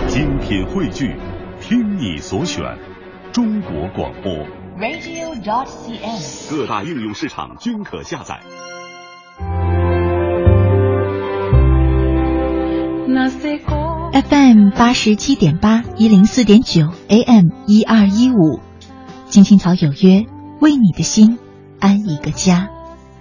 精品汇聚，听你所选，中国广播 radio.cn 各大应用市场均可下载。 FM 87.8 104.9 AM 1215，青青草有约，为你的心安一个家。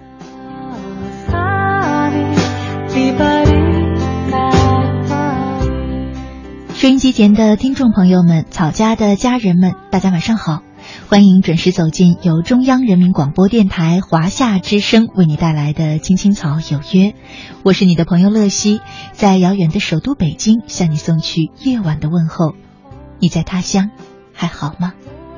收音机前的听众朋友们，草家的家人们，大家晚上好，欢迎准时走进由中央人民广播电台华夏之声为你带来的青青草有约，我是你的朋友乐西，在遥远的首都北京向你送去夜晚的问候。你在他乡还好吗？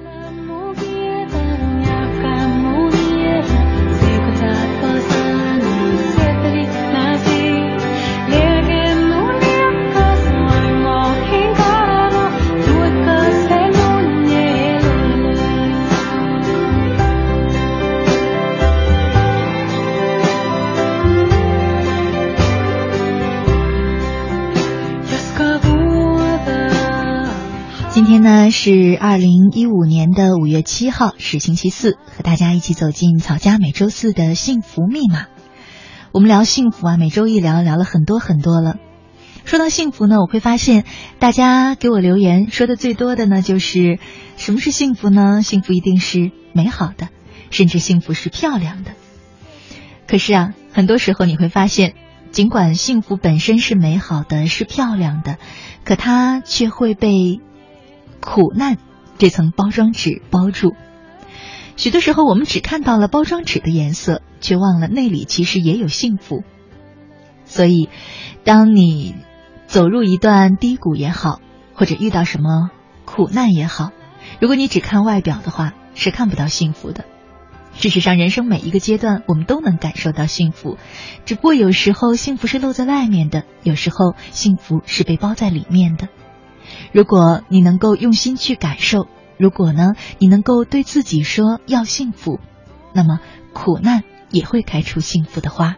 今天呢是2015年的5月7号，是星期四，和大家一起走进草家每周四的幸福密码。我们聊幸福啊，每周一聊了很多很多了。说到幸福呢，我会发现大家给我留言说的最多的呢，就是什么是幸福呢？幸福一定是美好的，甚至幸福是漂亮的。可是啊，很多时候你会发现，尽管幸福本身是美好的，是漂亮的，可它却会被苦难这层包装纸包住。许多时候我们只看到了包装纸的颜色，却忘了那里其实也有幸福。所以当你走入一段低谷也好，或者遇到什么苦难也好，如果你只看外表的话，是看不到幸福的。事实上，人生每一个阶段我们都能感受到幸福，只不过有时候幸福是露在外面的，有时候幸福是被包在里面的。如果你能够用心去感受，如果呢你能够对自己说要幸福，那么苦难也会开出幸福的花。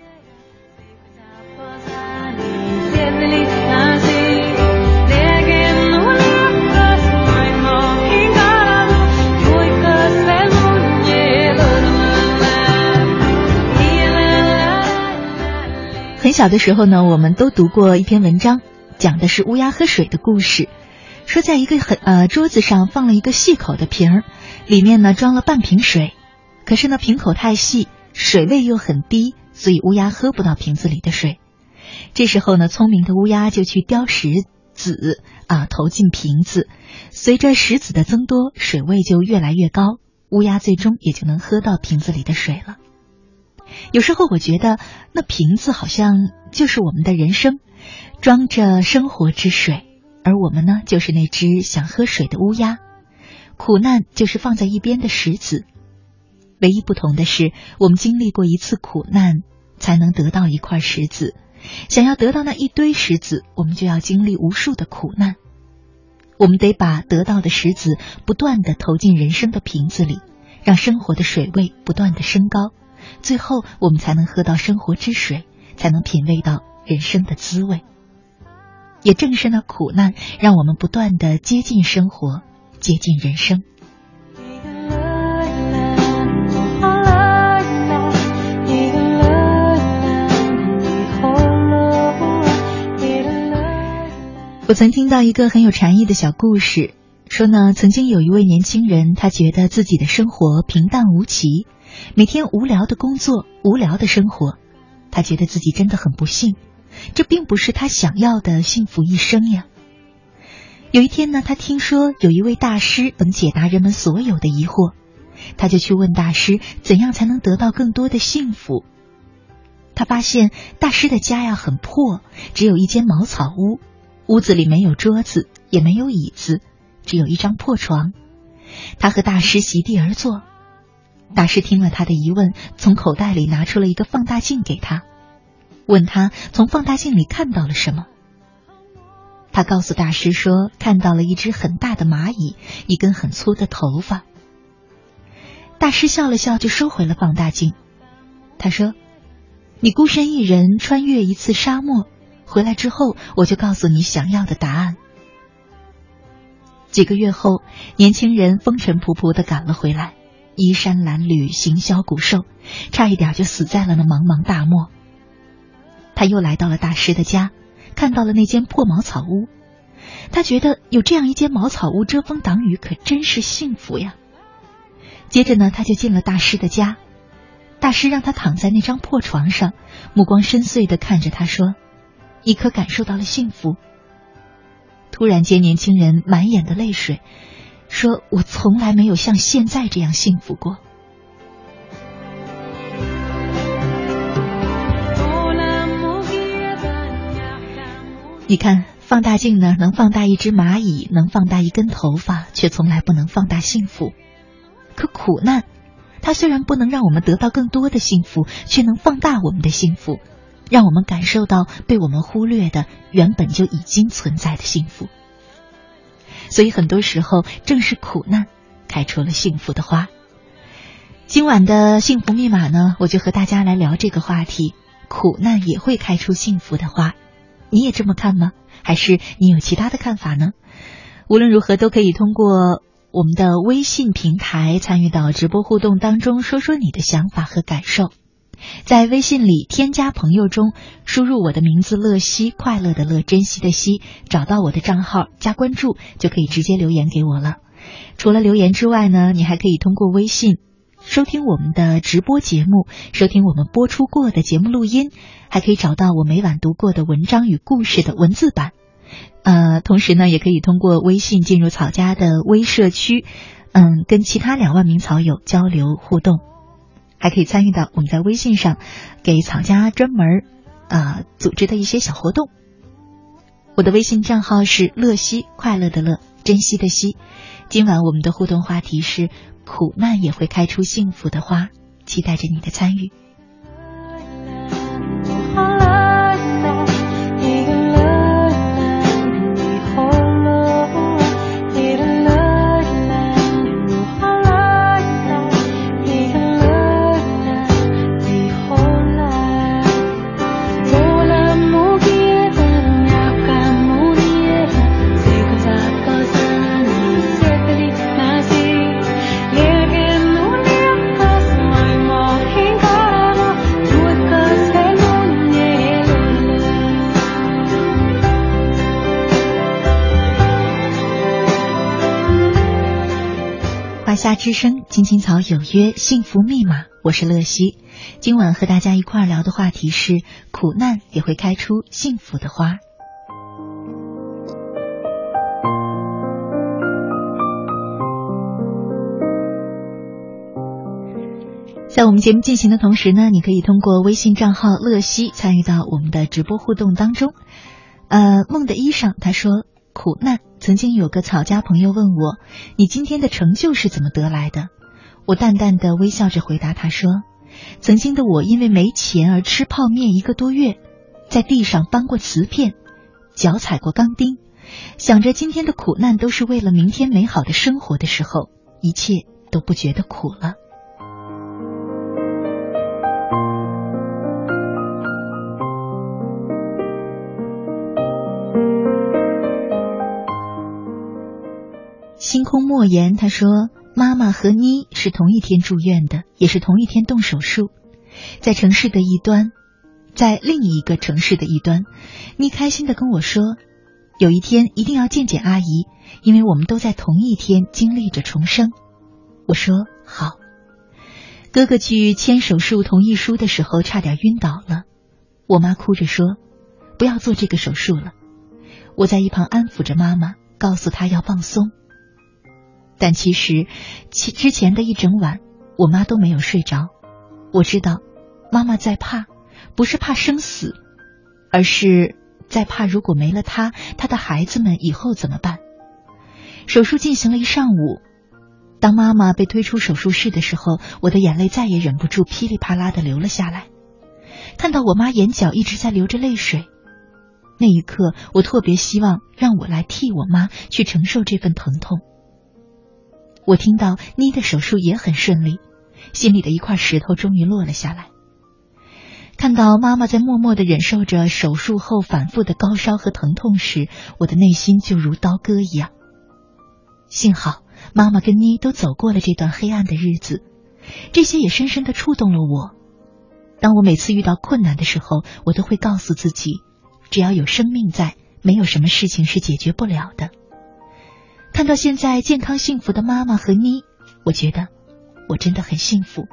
很小的时候呢，我们都读过一篇文章，讲的是乌鸦喝水的故事。说在一个桌子上放了一个细口的瓶，里面呢装了半瓶水，可是呢瓶口太细，水位又很低，所以乌鸦喝不到瓶子里的水。这时候呢，聪明的乌鸦就去叼石子投进瓶子，随着石子的增多，水位就越来越高，乌鸦最终也就能喝到瓶子里的水了。有时候我觉得那瓶子好像就是我们的人生，装着生活之水，而我们呢就是那只想喝水的乌鸦，苦难就是放在一边的石子。唯一不同的是，我们经历过一次苦难才能得到一块石子，想要得到那一堆石子，我们就要经历无数的苦难。我们得把得到的石子不断地投进人生的瓶子里，让生活的水位不断地升高，最后我们才能喝到生活之水，才能品味到人生的滋味。也正是那苦难，让我们不断地接近生活，接近人生。我曾听到一个很有禅意的小故事，说呢，曾经有一位年轻人，他觉得自己的生活平淡无奇，每天无聊的工作，无聊的生活，他觉得自己真的很不幸，这并不是他想要的幸福一生呀。有一天呢，他听说有一位大师能解答人们所有的疑惑，他就去问大师怎样才能得到更多的幸福。他发现大师的家呀很破，只有一间茅草屋，屋子里没有桌子，也没有椅子，只有一张破床。他和大师席地而坐。大师听了他的疑问，从口袋里拿出了一个放大镜给他，问他从放大镜里看到了什么。他告诉大师说，看到了一只很大的蚂蚁，一根很粗的头发。大师笑了笑，就收回了放大镜。他说，你孤身一人穿越一次沙漠，回来之后我就告诉你想要的答案， 几个月后，年轻人风尘仆仆地赶了回来，衣衫褴褛，形销骨瘦，差一点就死在了那茫茫大漠。他又来到了大师的家，看到了那间破茅草屋。他觉得有这样一间茅草屋遮风挡雨，可真是幸福呀。接着呢，他就进了大师的家。大师让他躺在那张破床上，目光深邃地看着他说：“你可感受到了幸福？”突然间，年轻人满眼的泪水，说：“我从来没有像现在这样幸福过。”你看，放大镜呢，能放大一只蚂蚁，能放大一根头发，却从来不能放大幸福。可苦难，它虽然不能让我们得到更多的幸福，却能放大我们的幸福，让我们感受到被我们忽略的原本就已经存在的幸福。所以很多时候，正是苦难开出了幸福的花。今晚的幸福密码呢，我就和大家来聊这个话题：苦难也会开出幸福的花。你也这么看吗？还是你有其他的看法呢？无论如何，都可以通过我们的微信平台参与到直播互动当中，说说你的想法和感受。在微信里添加朋友中输入我的名字乐西，快乐的乐，珍惜的惜，找到我的账号加关注，就可以直接留言给我了。除了留言之外呢，你还可以通过微信收听我们的直播节目，收听我们播出过的节目录音，还可以找到我每晚读过的文章与故事的文字版。同时呢，也可以通过微信进入草家的微社区，跟其他2万名草友交流互动，还可以参与到我们在微信上给草家专门组织的一些小活动。我的微信账号是乐西，快乐的乐，珍惜的惜。今晚我们的互动话题是苦难也会开出幸福的花，期待着你的参与。华夏之声，青青草有约，幸福密码，我是乐西。今晚和大家一块聊的话题是苦难也会开出幸福的花。在我们节目进行的同时呢，你可以通过微信账号乐西参与到我们的直播互动当中。梦的衣裳他说，苦难，曾经有个草家朋友问我，你今天的成就是怎么得来的？我淡淡的微笑着回答他说，曾经的我因为没钱而吃泡面1个多月，在地上搬过瓷片，脚踩过钢钉，想着今天的苦难都是为了明天美好的生活的时候，一切都不觉得苦了。星空莫言他说，妈妈和妮是同一天住院的，也是同一天动手术。在城市的一端，在另一个城市的一端，妮开心地跟我说，有一天一定要见见阿姨，因为我们都在同一天经历着重生。我说好。哥哥去签手术同意书的时候差点晕倒了，我妈哭着说，不要做这个手术了。我在一旁安抚着妈妈，告诉她要放松。但其实之前的一整晚我妈都没有睡着。我知道妈妈在怕，不是怕生死，而是在怕如果没了她的孩子们以后怎么办。手术进行了一上午，当妈妈被推出手术室的时候，我的眼泪再也忍不住噼里啪啦地流了下来。看到我妈眼角一直在流着泪水，那一刻我特别希望让我来替我妈去承受这份疼痛。我听到妮的手术也很顺利，心里的一块石头终于落了下来。看到妈妈在默默地忍受着手术后反复的高烧和疼痛时，我的内心就如刀割一样。 幸好妈妈跟妮都走过了这段黑暗的日子，这些也深深地触动了我。当我每次遇到困难的时候，我都会告诉自己，只要有生命在，没有什么事情是解决不了的。看到现在健康幸福的妈妈和妮，我觉得我真的很幸福。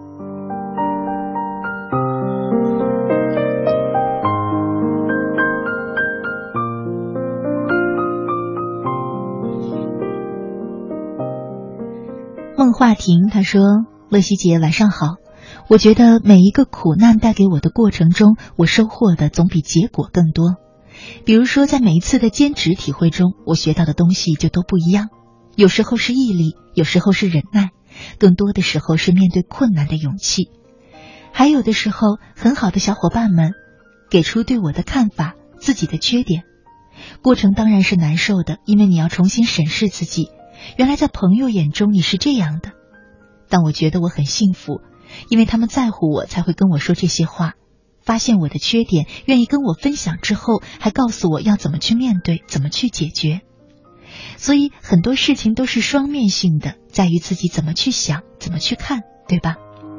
孟华庭他说，乐西姐晚上好，我觉得每一个苦难带给我的过程中，我收获的总比结果更多。比如说在每一次的兼职体会中，我学到的东西就都不一样，有时候是毅力，有时候是忍耐，更多的时候是面对困难的勇气。还有的时候，很好的小伙伴们给出对我的看法，自己的缺点。过程当然是难受的，因为你要重新审视自己，原来在朋友眼中你是这样的。但我觉得我很幸福，因为他们在乎我，才会跟我说这些话，发现我的缺点，愿意跟我分享之后，还告诉我要怎么去面对，怎么去解决。所以很多事情都是双面性的，在于自己怎么去想，怎么去看，对吧？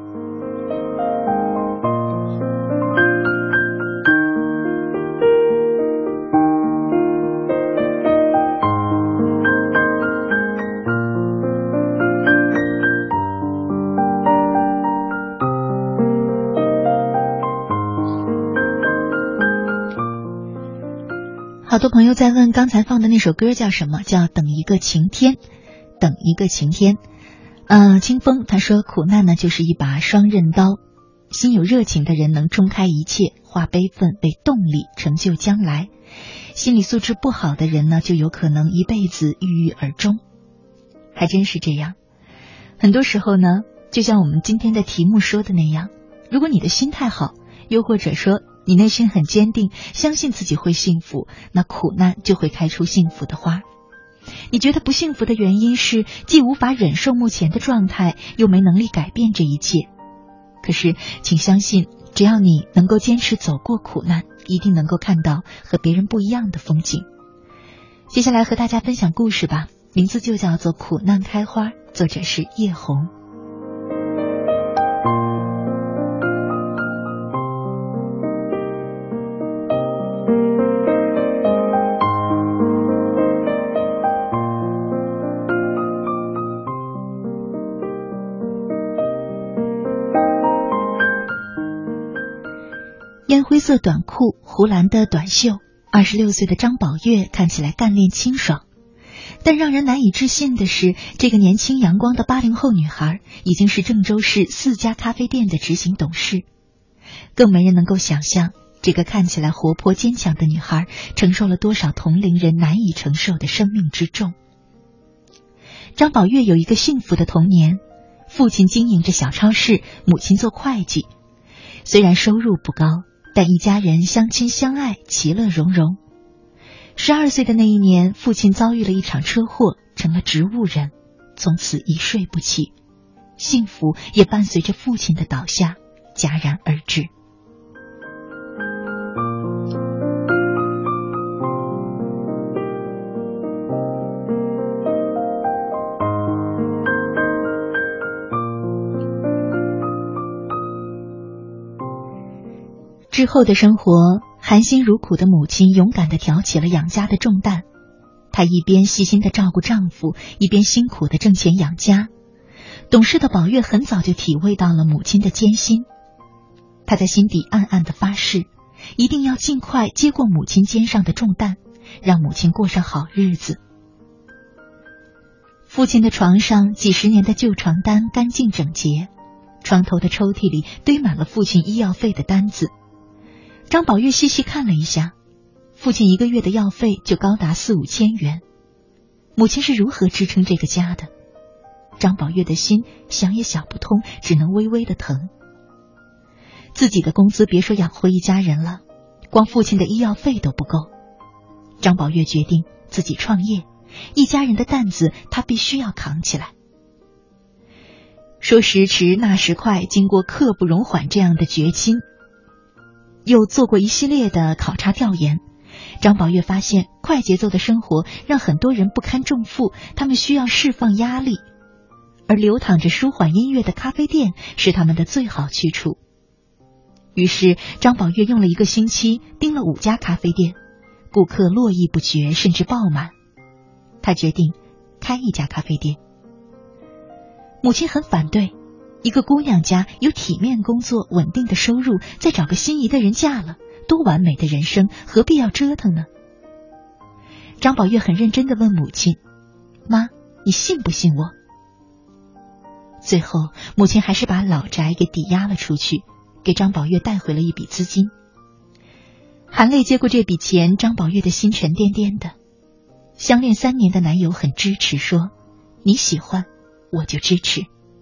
好多朋友在问刚才放的那首歌叫什么，叫等一个晴天。等一个晴天。清风他说，苦难呢就是一把双刃刀，心有热情的人能冲开一切，化悲愤为动力，成就将来。心理素质不好的人呢，就有可能一辈子郁郁而终。还真是这样。很多时候呢，就像我们今天的题目说的那样，如果你的心态好，又或者说你内心很坚定，相信自己会幸福，那苦难就会开出幸福的花。你觉得不幸福的原因是既无法忍受目前的状态，又没能力改变这一切。可是请相信，只要你能够坚持走过苦难，一定能够看到和别人不一样的风景。接下来和大家分享故事吧，名字就叫做《苦难开花》，作者是叶红。烟灰色短裤，湖蓝的短袖，26岁的张宝月看起来干练清爽。但让人难以置信的是，这个年轻阳光的80后女孩已经是郑州市4家咖啡店的执行董事。更没人能够想象，这个看起来活泼坚强的女孩承受了多少同龄人难以承受的生命之重。张宝月有一个幸福的童年，父亲经营着小超市，母亲做会计。虽然收入不高，但一家人相亲相爱，其乐融融。12岁的那一年，父亲遭遇了一场车祸，成了植物人，从此一睡不起。幸福也伴随着父亲的倒下戛然而止。之后的生活，含辛茹苦的母亲勇敢地挑起了养家的重担。她一边细心地照顾丈夫，一边辛苦地挣钱养家。懂事的宝月很早就体会到了母亲的艰辛，他在心底暗暗地发誓，一定要尽快接过母亲肩上的重担，让母亲过上好日子。父亲的床上几十年的旧床单干净整洁，床头的抽屉里堆满了父亲医药费的单子。张宝月细细看了一下，父亲一个月的药费就高达4、5千元，母亲是如何支撑这个家的？张宝月的心想也想不通，只能微微的疼。自己的工资别说养活一家人了，光父亲的医药费都不够。张宝月决定自己创业，一家人的担子他必须要扛起来。说时迟那时快，经过刻不容缓这样的决心，又做过一系列的考察调研， 张宝月发现快节奏的生活让很多人不堪重负，他们需要释放压力，而流淌着舒缓音乐的咖啡店是他们的最好去处。于是张宝月用了1个星期订了5家咖啡店，顾客络绎不绝，甚至爆满。他决定开1家咖啡店。母亲很反对，一个姑娘家有体面工作，稳定的收入，再找个心仪的人嫁了，多完美的人生，何必要折腾呢？张宝月很认真地问母亲：妈，你信不信我？最后母亲还是把老宅给抵押了出去，给张宝月带回了一笔资金。含泪接过这笔钱，张宝月的心沉甸甸的。相恋3年的男友很支持，说：你喜欢我就支持。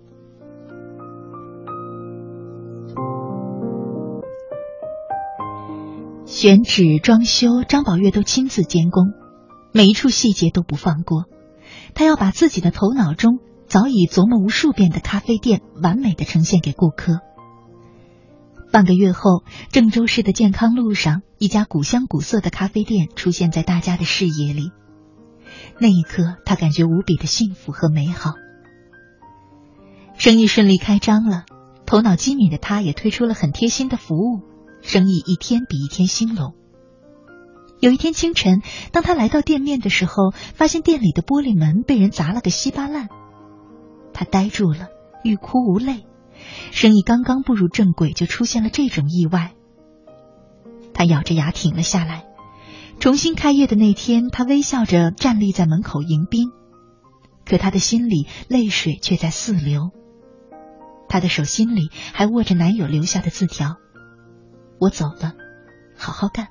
选址装修，张宝月都亲自监工，每一处细节都不放过。他要把自己的头脑中早已琢磨无数遍的咖啡店完美地呈现给顾客。半个月后，郑州市的健康路上，一家古香古色的咖啡店出现在大家的视野里。那一刻，他感觉无比的幸福和美好。生意顺利开张了，头脑机敏的他也推出了很贴心的服务，生意一天比一天兴隆。有一天清晨，当他来到店面的时候，发现店里的玻璃门被人砸了个稀巴烂。他呆住了，欲哭无泪。生意刚刚步入正轨，就出现了这种意外。他咬着牙挺了下来。重新开业的那天，他微笑着站立在门口迎宾，可他的心里泪水却在四流。他的手心里还握着男友留下的字条：我走了，好好干。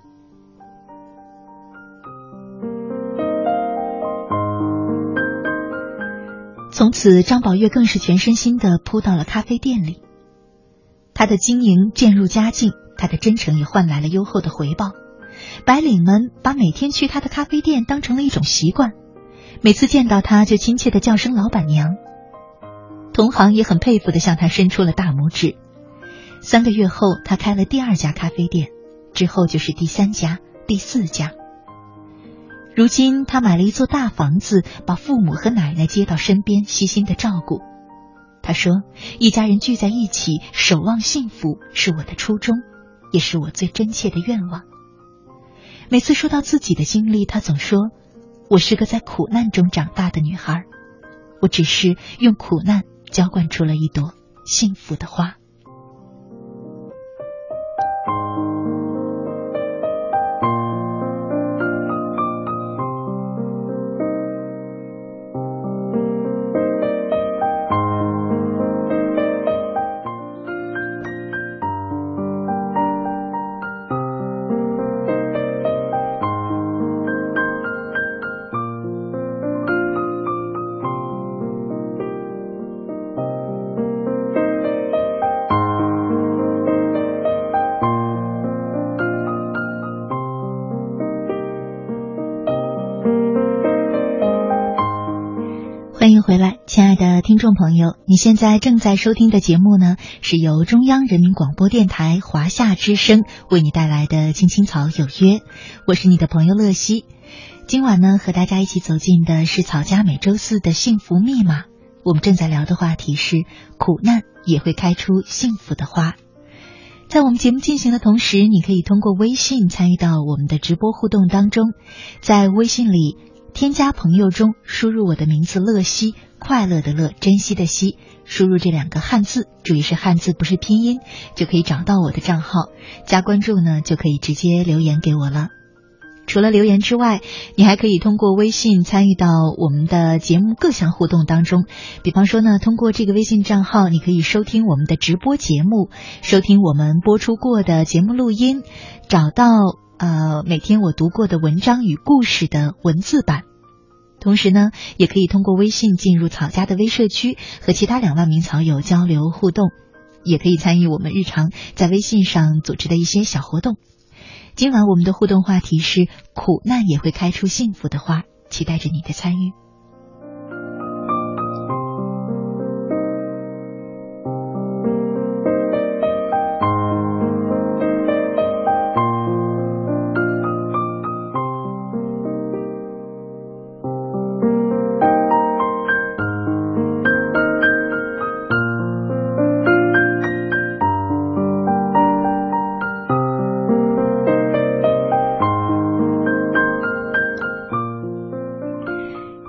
从此张宝月更是全身心地扑到了咖啡店里。他的经营渐入佳境，他的真诚也换来了优厚的回报。白领们把每天去他的咖啡店当成了一种习惯，每次见到他就亲切地叫声老板娘。同行也很佩服地向他伸出了大拇指。3个月后，他开了第2家咖啡店，之后就是第3家、第4家。如今他买了一座大房子，把父母和奶奶接到身边，悉心地照顾。他说，一家人聚在一起，守望幸福是我的初衷，也是我最真切的愿望。每次说到自己的经历，他总说，我是个在苦难中长大的女孩，我只是用苦难浇灌出了一朵幸福的花。欢迎回来，亲爱的听众朋友，你现在正在收听的节目呢，是由中央人民广播电台华夏之声为你带来的《青青草有约》，我是你的朋友乐西。今晚呢，和大家一起走进的是草家每周4的幸福密码。我们正在聊的话题是苦难也会开出幸福的花。在我们节目进行的同时，你可以通过微信参与到我们的直播互动当中，在微信里添加朋友中输入我的名字乐西，快乐的乐，珍惜的惜，输入这2个汉字，注意是汉字不是拼音，就可以找到我的账号，加关注呢就可以直接留言给我了。除了留言之外，你还可以通过微信参与到我们的节目各项互动当中。比方说呢，通过这个微信账号，你可以收听我们的直播节目，收听我们播出过的节目录音，找到每天我读过的文章与故事的文字版。同时呢，也可以通过微信进入草家的微社区，和其他2万名草友交流互动，也可以参与我们日常在微信上组织的一些小活动。今晚我们的互动话题是苦难也会开出幸福的花，期待着你的参与。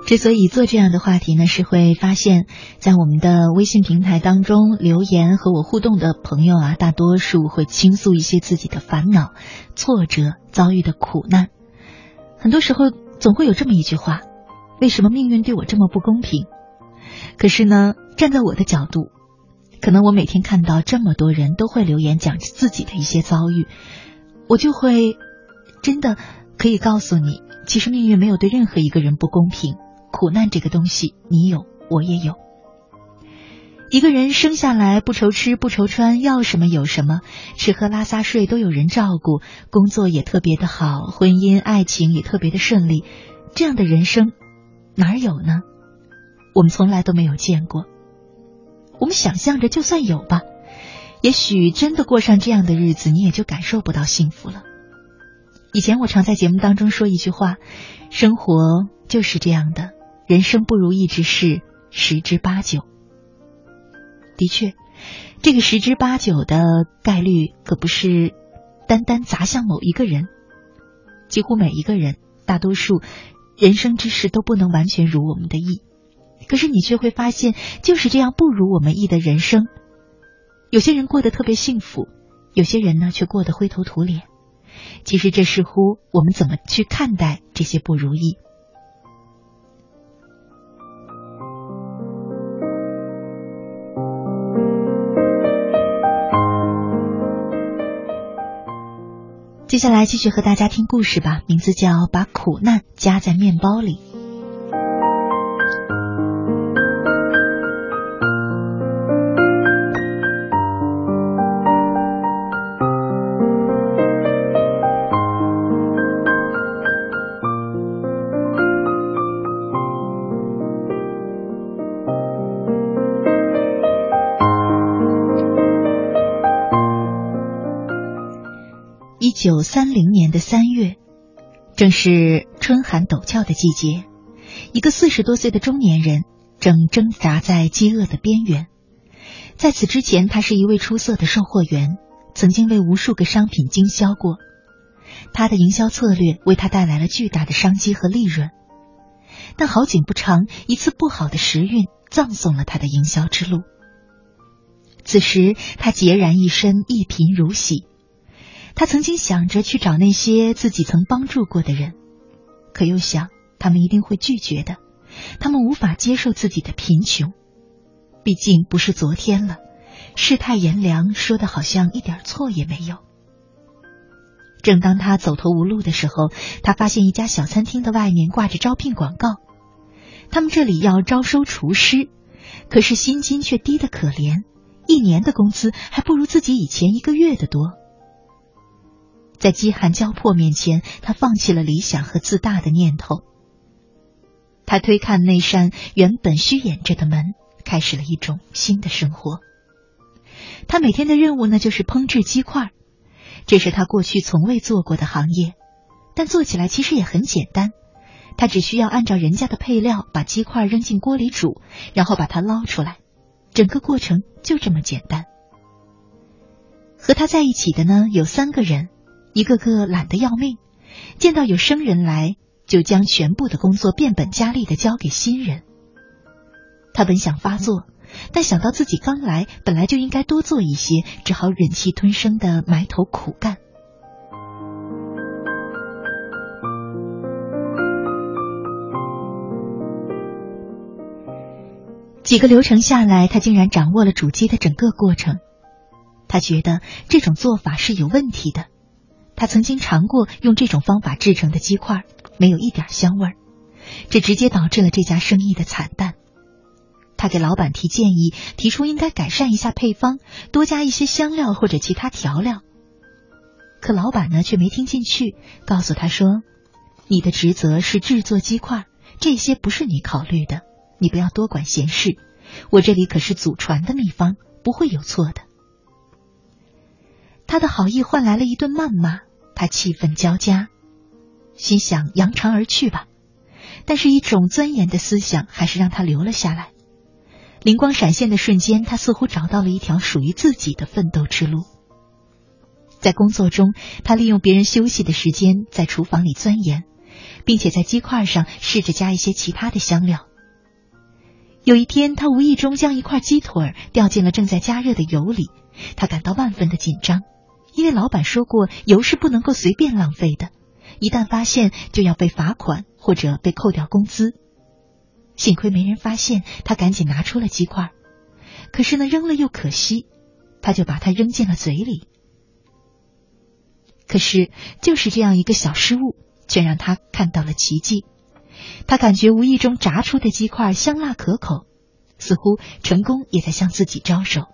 之所以做这样的话题呢，是会发现在我们的微信平台当中留言和我互动的朋友啊，大多数会倾诉一些自己的烦恼、挫折、遭遇的苦难。很多时候总会有这么一句话，为什么命运对我这么不公平？可是呢，站在我的角度，可能我每天看到这么多人都会留言讲自己的一些遭遇，我就会真的可以告诉你，其实命运没有对任何一个人不公平，苦难这个东西你有我也有。一个人生下来不愁吃不愁穿，要什么有什么，吃喝拉撒睡都有人照顾，工作也特别的好，婚姻爱情也特别的顺利，这样的人生哪儿有呢？我们从来都没有见过。我们想象着就算有吧，也许真的过上这样的日子，你也就感受不到幸福了。以前我常在节目当中说一句话，生活就是这样的，人生不如意之事十之八九。的确，这个十之八九的概率可不是单单砸向某一个人，几乎每一个人，大多数人生之事都不能完全如我们的意。可是你却会发现，就是这样不如我们意的人生，有些人过得特别幸福，有些人呢却过得灰头土脸。其实这似乎我们怎么去看待这些不如意。接下来继续和大家听故事吧，名字叫《把苦难夹在面包里》。1930年的3月，正是春寒陡峭的季节，一个40多岁的中年人正挣扎在饥饿的边缘。在此之前，他是一位出色的售货员，曾经为无数个商品经销过。他的营销策略为他带来了巨大的商机和利润。但好景不长，一次不好的时运葬送了他的营销之路。此时他孑然一身，一贫如洗。他曾经想着去找那些自己曾帮助过的人，可又想他们一定会拒绝的，他们无法接受自己的贫穷。毕竟不是昨天了，世态炎凉说的好像一点错也没有。正当他走投无路的时候，他发现一家小餐厅的外面挂着招聘广告，他们这里要招收厨师，可是薪金却低得可怜，1年的工资还不如自己以前1个月的多。在饥寒交迫面前，他放弃了理想和自大的念头。他推开那扇原本虚掩着的门，开始了一种新的生活。他每天的任务呢，就是烹制鸡块，这是他过去从未做过的行业，但做起来其实也很简单。他只需要按照人家的配料把鸡块扔进锅里煮，然后把它捞出来，整个过程就这么简单。和他在一起的呢，有3个人，一个个懒得要命，见到有生人来就将全部的工作变本加厉地交给新人。他本想发作，但想到自己刚来，本来就应该多做一些，只好忍气吞声地埋头苦干。几个流程下来，他竟然掌握了煮鸡的整个过程。他觉得这种做法是有问题的，他曾经尝过用这种方法制成的鸡块，没有一点香味儿，这直接导致了这家生意的惨淡。他给老板提建议，提出应该改善一下配方，多加一些香料或者其他调料。可老板呢却没听进去，告诉他说，你的职责是制作鸡块，这些不是你考虑的，你不要多管闲事，我这里可是祖传的秘方，不会有错的。他的好意换来了一顿谩骂，他气愤交加，心想扬长而去吧。但是一种钻研的思想还是让他留了下来。灵光闪现的瞬间，他似乎找到了一条属于自己的奋斗之路。在工作中，他利用别人休息的时间在厨房里钻研， 并且在鸡块上试着加一些其他的香料。有一天，他无意中将一块鸡腿掉进了正在加热的油里，他感到万分的紧张，因为老板说过油是不能够随便浪费的，一旦发现就要被罚款或者被扣掉工资。幸亏没人发现，他赶紧拿出了鸡块，可是呢，扔了又可惜，他就把它扔进了嘴里。可是就是这样一个小失误，却让他看到了奇迹。他感觉无意中炸出的鸡块香辣可口，似乎成功也在向自己招手。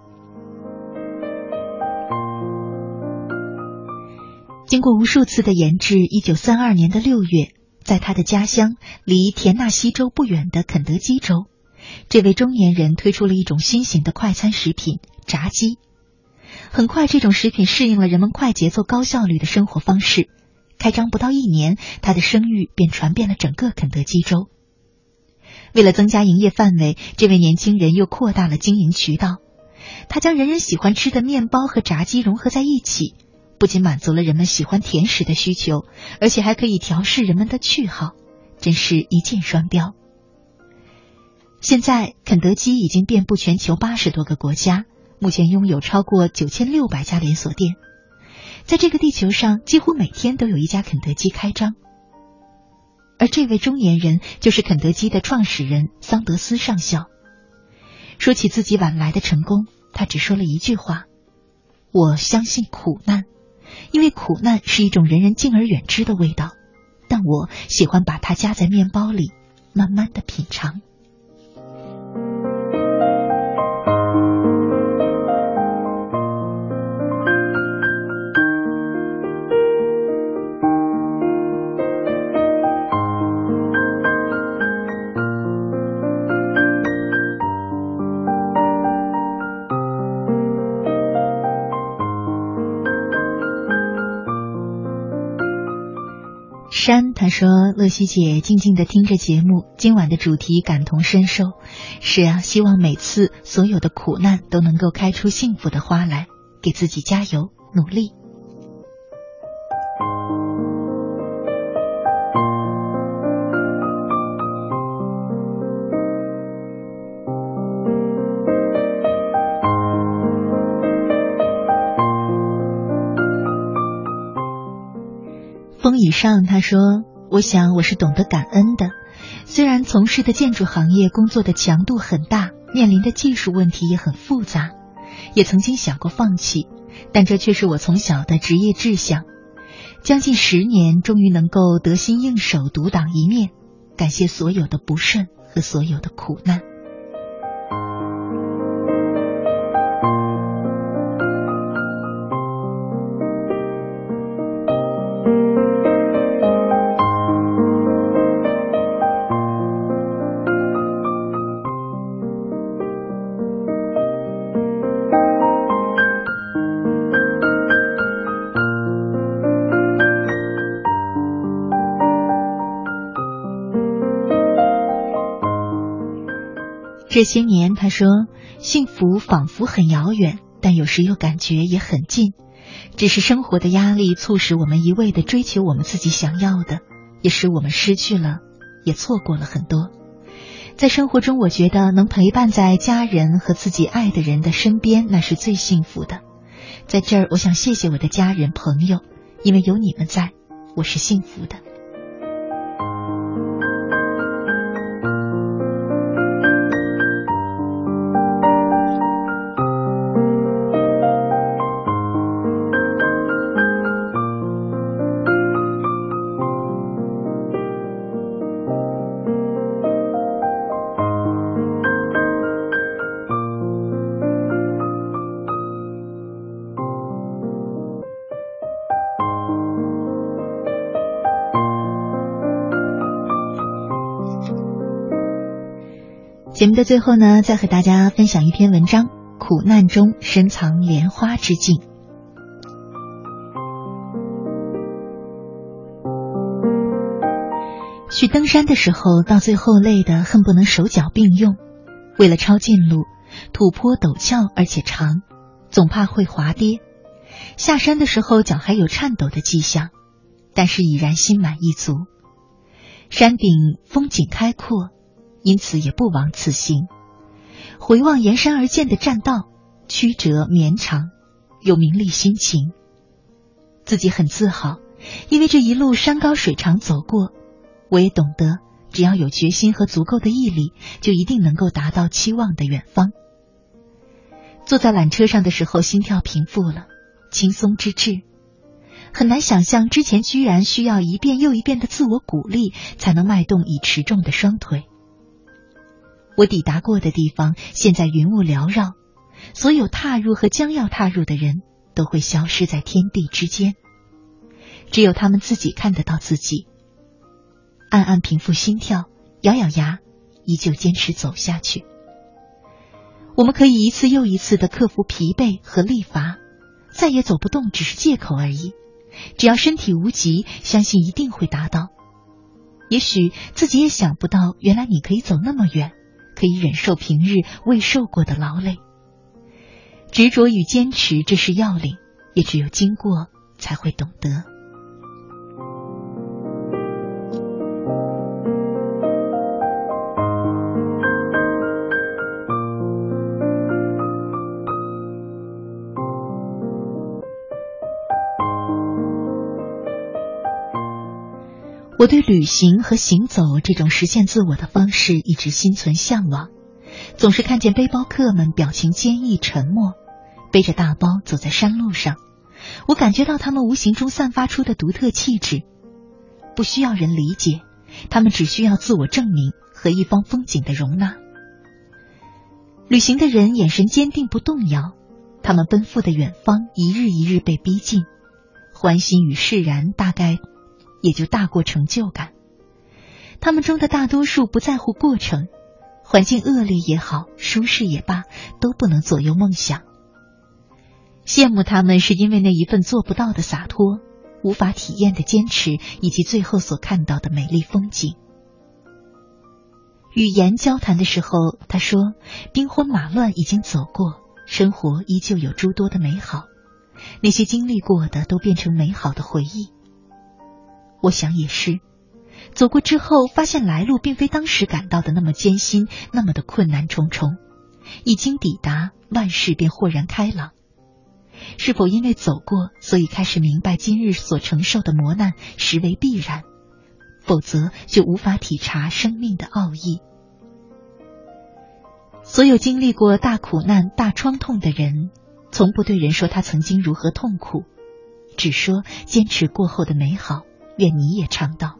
经过无数次的研制，1932年的6月，在他的家乡离田纳西州不远的肯德基州，这位中年人推出了一种新型的快餐食品——炸鸡。很快，这种食品适应了人们快节奏高效率的生活方式。开张不到1年，他的声誉便传遍了整个肯德基州。为了增加营业范围，这位年轻人又扩大了经营渠道。他将人人喜欢吃的面包和炸鸡融合在一起，不仅满足了人们喜欢甜食的需求，而且还可以调试人们的趣好，真是一箭双雕。现在，肯德基已经遍布全球80多个国家，目前拥有超过9600家连锁店。在这个地球上，几乎每天都有一家肯德基开张。而这位中年人就是肯德基的创始人桑德斯上校。说起自己晚来的成功，他只说了一句话：我相信苦难，因为苦难是一种人人敬而远之的味道，但我喜欢把它夹在面包里，慢慢的品尝。山他说，乐西姐静静地听着节目，今晚的主题感同身受。是啊，希望每次所有的苦难都能够开出幸福的花来，给自己加油努力。风以上他说，我想我是懂得感恩的，虽然从事的建筑行业工作的强度很大，面临的技术问题也很复杂，也曾经想过放弃，但这却是我从小的职业志向。将近10年，终于能够得心应手独当一面，感谢所有的不顺和所有的苦难。这些年，他说，幸福仿佛很遥远，但有时又感觉也很近。只是生活的压力促使我们一味地追求我们自己想要的，也使我们失去了，也错过了很多。在生活中，我觉得能陪伴在家人和自己爱的人的身边，那是最幸福的。在这儿，我想谢谢我的家人朋友，因为有你们在，我是幸福的。节目的最后呢，再和大家分享一篇文章，苦难中深藏莲花之境。去登山的时候，到最后累得恨不能手脚并用，为了抄近路，土坡陡峭而且长，总怕会滑跌。下山的时候脚还有颤抖的迹象， 但是已然心满意足。山顶风景开阔，因此也不枉此行。回望沿山而建的栈道，曲折绵长，有名利心情。自己很自豪，因为这一路山高水长走过，我也懂得，只要有决心和足够的毅力，就一定能够达到期望的远方。坐在缆车上的时候，心跳平复了，轻松之至。很难想象之前居然需要一遍又一遍的自我鼓励，才能迈动已持重的双腿。我抵达过的地方，现在云雾缭绕，所有踏入和将要踏入的人都会消失在天地之间，只有他们自己看得到自己。暗暗平复心跳，咬咬牙，依旧坚持走下去。我们可以一次又一次地克服疲惫和力乏，再也走不动只是借口而已。只要身体无疾，相信一定会达到。也许自己也想不到，原来你可以走那么远，可以忍受平日未受过的劳累。执着与坚持，这是要领，也只有经过才会懂得。我对旅行和行走这种实现自我的方式一直心存向往，总是看见背包客们表情坚毅沉默，背着大包走在山路上，我感觉到他们无形中散发出的独特气质。不需要人理解，他们只需要自我证明和一方风景的容纳。旅行的人眼神坚定不动摇，他们奔赴的远方一日一日被逼近，欢欣与释然大概也就大过成就感。他们中的大多数不在乎过程，环境恶劣也好，舒适也罢，都不能左右梦想。羡慕他们是因为那一份做不到的洒脱，无法体验的坚持，以及最后所看到的美丽风景。与言交谈的时候，他说兵荒马乱已经走过，生活依旧有诸多的美好，那些经历过的都变成美好的回忆。我想也是，走过之后发现来路并非当时感到的那么艰辛，那么的困难重重，一经抵达，万事便豁然开朗。是否因为走过，所以开始明白今日所承受的磨难实为必然，否则就无法体察生命的奥义。所有经历过大苦难、大创痛的人，从不对人说他曾经如何痛苦，只说坚持过后的美好，愿你也尝到。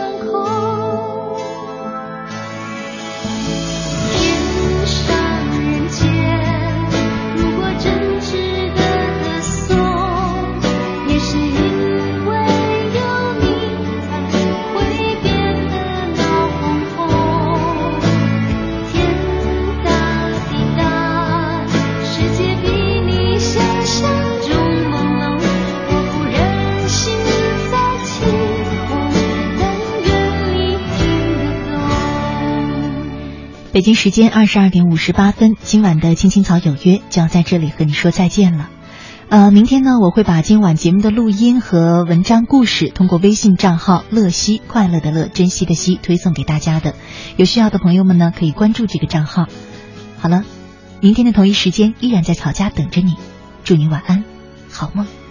天上人北京时间22点58分，今晚的青青草有约就要在这里和你说再见了。明天呢，我会把今晚节目的录音和文章故事通过微信账号乐西，快乐的乐，珍惜的惜，推送给大家的。有需要的朋友们呢，可以关注这个账号。好了，明天的同一时间依然在草家等着你，祝你晚安，好梦。